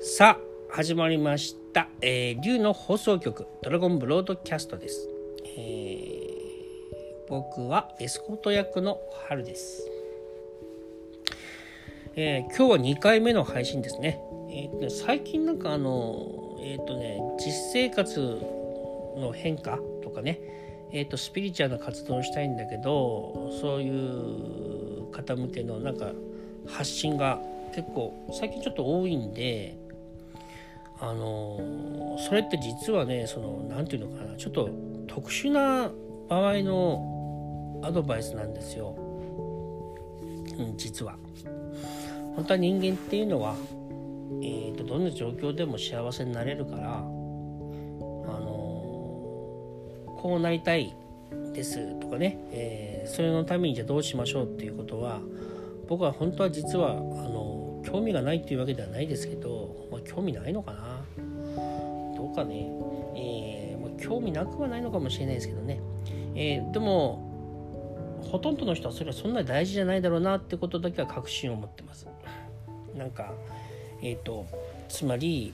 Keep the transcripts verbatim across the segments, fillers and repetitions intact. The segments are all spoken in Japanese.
さあ始まりました、えー、竜の放送局ドラゴンブロードキャストです、えー、僕はエスコート役の春です、えー、今日はにかいめの配信ですね。えーとね最近なんかあのえっ、ー、とね実生活の変化とかねえーとスピリチュアルな活動をしたいんだけど、そういう方向けのなんか発信が結構最近ちょっと多いんで、あのそれって実はね、そのなんていうのかな、ちょっと特殊な場合のアドバイスなんですよ、うん、実は本当は人間っていうのは、えーとどんな状況でも幸せになれるから、あのこうなりたいですとかね、えー、それのためにじゃあどうしましょうっていうことは、僕は本当は実はあの興味がないっていうわけではないですけど、まあ、興味ないのかな、どうかね、えーまあ、興味なくはないのかもしれないですけどね、えー、でもほとんどの人はそれはそんなに大事じゃないだろうなってことだけは確信を持ってます。なんかえっ、ー、とつまり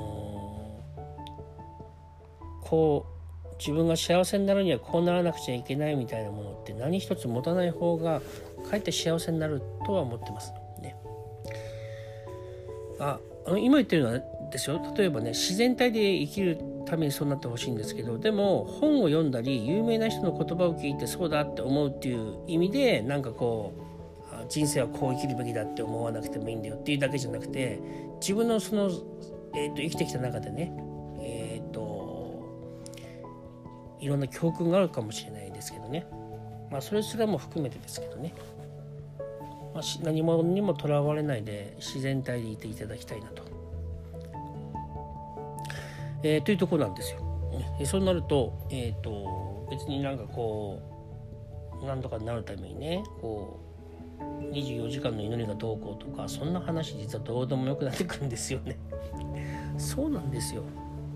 こう自分が幸せになるにはこうならなくちゃいけないみたいなものって何一つ持たない方がかえって幸せになるとは思ってますね。あ、あの今言ってるのはですよ、例えばね、自然体で生きるためにそうなってほしいんですけど、でも本を読んだり有名な人の言葉を聞いてそうだって思うっていう意味で、なんかこう人生はこう生きるべきだって思わなくてもいいんだよっていうだけじゃなくて、自分のその、えーと、生きてきた中でね、えーといろんな教訓があるかもしれないですけどね、まあそれすらも含めてですけどね、まあ、何者にもとらわれないで自然体でいていただきたいなと、えー、というところなんですよ。えそうなると、えーと別になんかこうなんとかなるためにね、こうにじゅうよじかんの祈りがどうこうとか、そんな話実はどうでもよくなってくるんですよねそうなんですよ。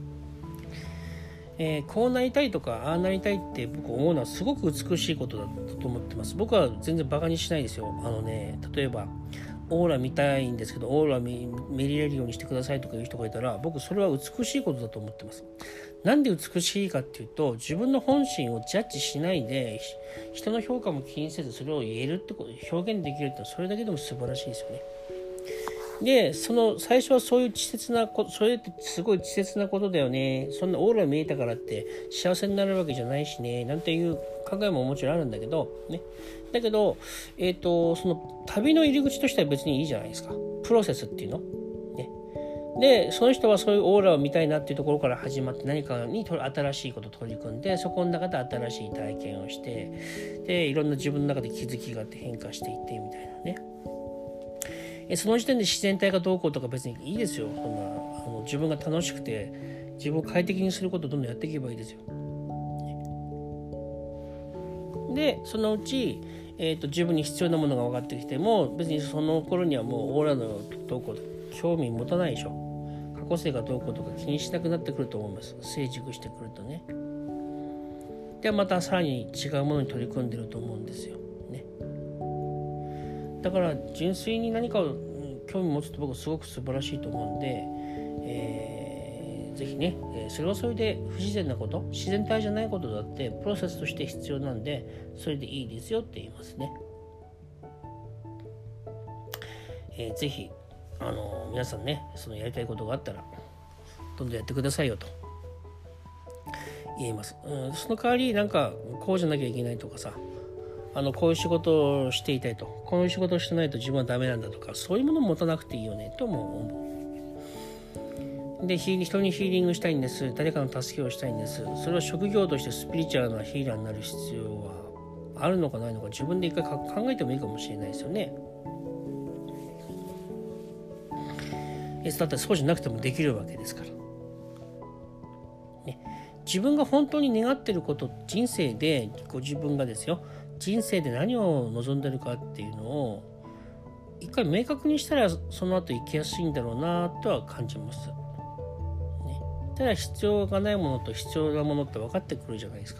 えー、こうなりたいとかああなりたいって僕思うのはすごく美しいことだと思ってます。僕は全然バカにしないですよ。あのね、例えばオーラ見たいんですけどオーラ 見, 見れるようにしてくださいとかいう人がいたら、僕それは美しいことだと思ってます。なんで美しいかっていうと、自分の本心をジャッジしないで人の評価も気にせずそれを言えるってこと、表現できるって、それだけでも素晴らしいですよね。で、その最初はそういう稚拙なこと、それってすごい稚拙なことだよね、そんなオーラ見えたからって幸せになるわけじゃないしね、なんていう考えももちろんあるんだけどね。だけど、えっとその旅の入り口としては別にいいじゃないですか、プロセスっていうのね。で、その人はそういうオーラを見たいなっていうところから始まって、何かに新しいことを取り組んで、そこの中で新しい体験をして、でいろんな自分の中で気づきがあって変化していってみたいなね。その時点で自然体がどうこうとか別にいいですよ。そんなあの自分が楽しくて自分を快適にすることをどんどんやっていけばいいですよ。でそのうち、えーと、自分に必要なものが分かってきても、別にその頃にはもうオーラのどうこうと興味持たないでしょ。過去性がどうこうとか気にしなくなってくると思います。成熟してくるとね。でまたさらに違うものに取り組んでると思うんですよね。だから純粋に何かを興味持つと僕すごく素晴らしいと思うんで、えー、ぜひね、それはそれで不自然なこと、自然体じゃないことだってプロセスとして必要なんで、それでいいですよって言いますね。えー、ぜひあの皆さんね、そのやりたいことがあったらどんどんやってくださいよと言います、うん、その代わりなんかこうじゃなきゃいけないとかさ、あのこういう仕事をしていたいと、こういう仕事をしてないと自分はダメなんだとか、そういうものを持たなくていいよねとも思う。で、人にヒーリングしたいんです、誰かの助けをしたいんです、それは職業としてスピリチュアルなヒーラーになる必要はあるのかないのか、自分で一回考えてもいいかもしれないですよね。だってそうじゃなくてもできるわけですから、ね、自分が本当に願っていること、人生でご自分がですよ、人生で何を望んでるかっていうのを一回明確にしたら、その後生きやすいんだろうなとは感じます、ね。ただ必要がないものと必要なものって分かってくるじゃないですか、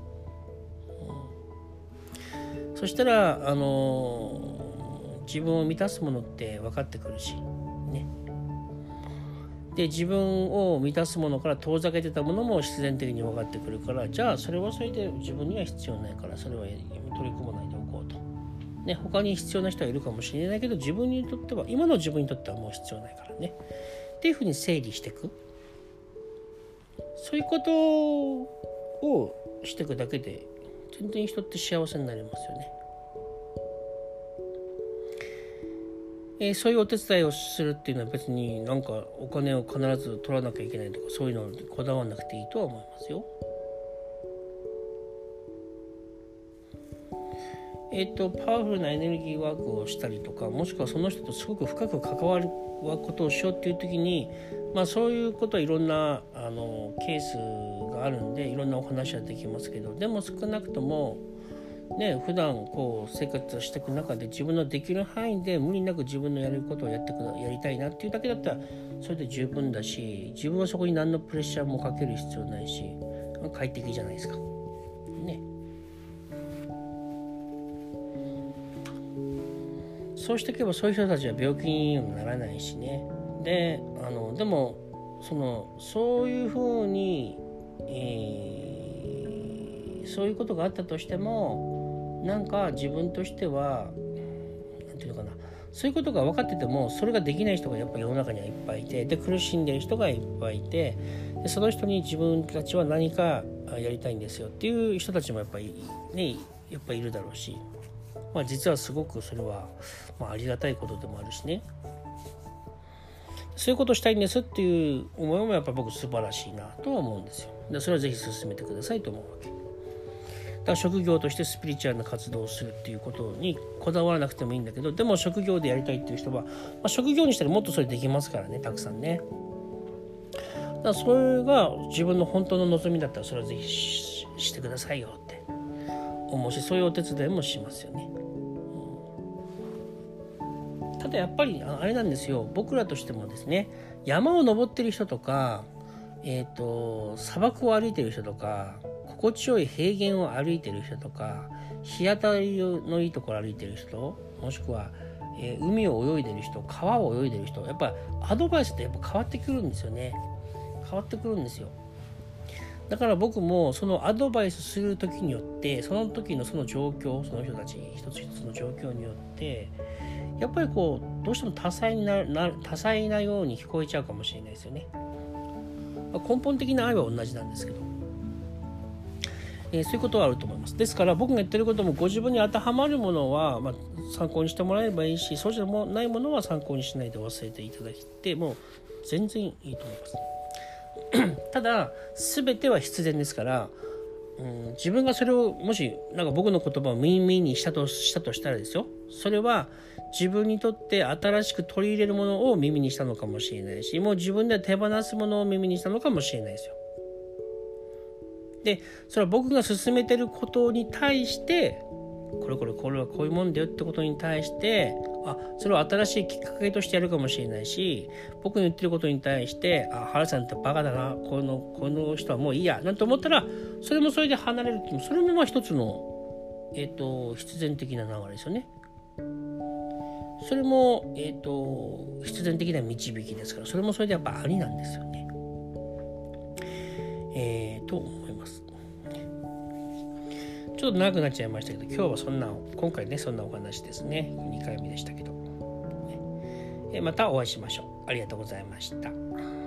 うん、そしたらあのー、自分を満たすものって分かってくるしね。 で自分を満たすものから遠ざけてたものも必然的に分かってくるから、じゃあそれはそれで自分には必要ないからそれは取り組まないでおこうと、ね、他に必要な人はいるかもしれないけど自分にとっては今の自分にとってはもう必要ないからねっていうふうに整理していく、そういうことをしていくだけで全然人って幸せになりますよね。えー、そういうお手伝いをするっていうのは別になんかお金を必ず取らなきゃいけないとかそういうのにこだわらなくていいとは思いますよ。えっとパワフルなエネルギーワークをしたりとか、もしくはその人とすごく深く関わることをしようっていう時に、まあそういうことはいろんなあのケースがあるんでいろんなお話はできますけど、でも少なくともね、普段こう生活していく中で自分のできる範囲で無理なく自分のやることをやってくやりたいなっていうだけだったらそれで十分だし、自分はそこに何のプレッシャーもかける必要ないし快適じゃないですかね。そうしていけばそういう人たちは病気にもならないしね。で、あのでもそのそういうふうに、えー、そういうことがあったとしてもなんか自分としてはなんていうのかな、そういうことが分かっててもそれができない人がやっぱり世の中にはいっぱいいて、で苦しんでる人がいっぱいいて、でその人に自分たちは何かやりたいんですよっていう人たちもやっぱりねやっぱりいるだろうし、まあ実はすごくそれは、まあ、ありがたいことでもあるしね、そういうことをしたいんですっていう思いもやっぱり僕素晴らしいなとは思うんですよ。でそれはぜひ進めてくださいと思うわけ。だから職業としてスピリチュアルな活動をするっていうことにこだわらなくてもいいんだけど、でも職業でやりたいっていう人は、まあ、職業にしたらもっとそれできますからね、たくさんね。だからそれが自分の本当の望みだったらそれはぜひ し, してくださいよって思うし、そういうお手伝いもしますよね。うん、ただやっぱりあれなんですよ、僕らとしてもですね、山を登ってる人とか、えーと、砂漠を歩いてる人とか心地よい平原を歩いてる人とか、日当たりのいいところ歩いてる人、もしくは、えー、海を泳いでる人、川を泳いでる人、やっぱアドバイスってやっぱ変わってくるんですよね。変わってくるんですよ。だから僕もそのアドバイスする時によって、その時のその状況、その人たち一つ一つの状況によってやっぱりこうどうしても多彩になる多彩なように聞こえちゃうかもしれないですよね。根本的な愛は同じなんですけど、えー、そういうことはあると思います。ですから僕が言ってることもご自分に当てはまるものは、まあ、参考にしてもらえればいいし、そうじゃないものは参考にしないで忘れていただいても全然いいと思いますただ全ては必然ですから、うん、自分がそれをもしなんか僕の言葉を耳にしたとしたとしたらですよ、それは自分にとって新しく取り入れるものを耳にしたのかもしれないし、もう自分で手放すものを耳にしたのかもしれないですよ。でそれは僕が進めてることに対して、これこれこれはこういうもんだよってことに対して、あそれを新しいきっかけとしてやるかもしれないし、僕の言ってることに対してあ原さんってバカだな、このこの人はもういいやなんて思ったら、それもそれで離れるっていう、それもまあ一つの、えーと、必然的な流れですよね。それも、えーと、必然的な導きですから、それもそれでやっぱありなんですよね。えー、と思います。ちょっと長くなっちゃいましたけど、今日はそんな今回ねそんなお話ですね。にかいめでしたけど、またお会いしましょう。ありがとうございました。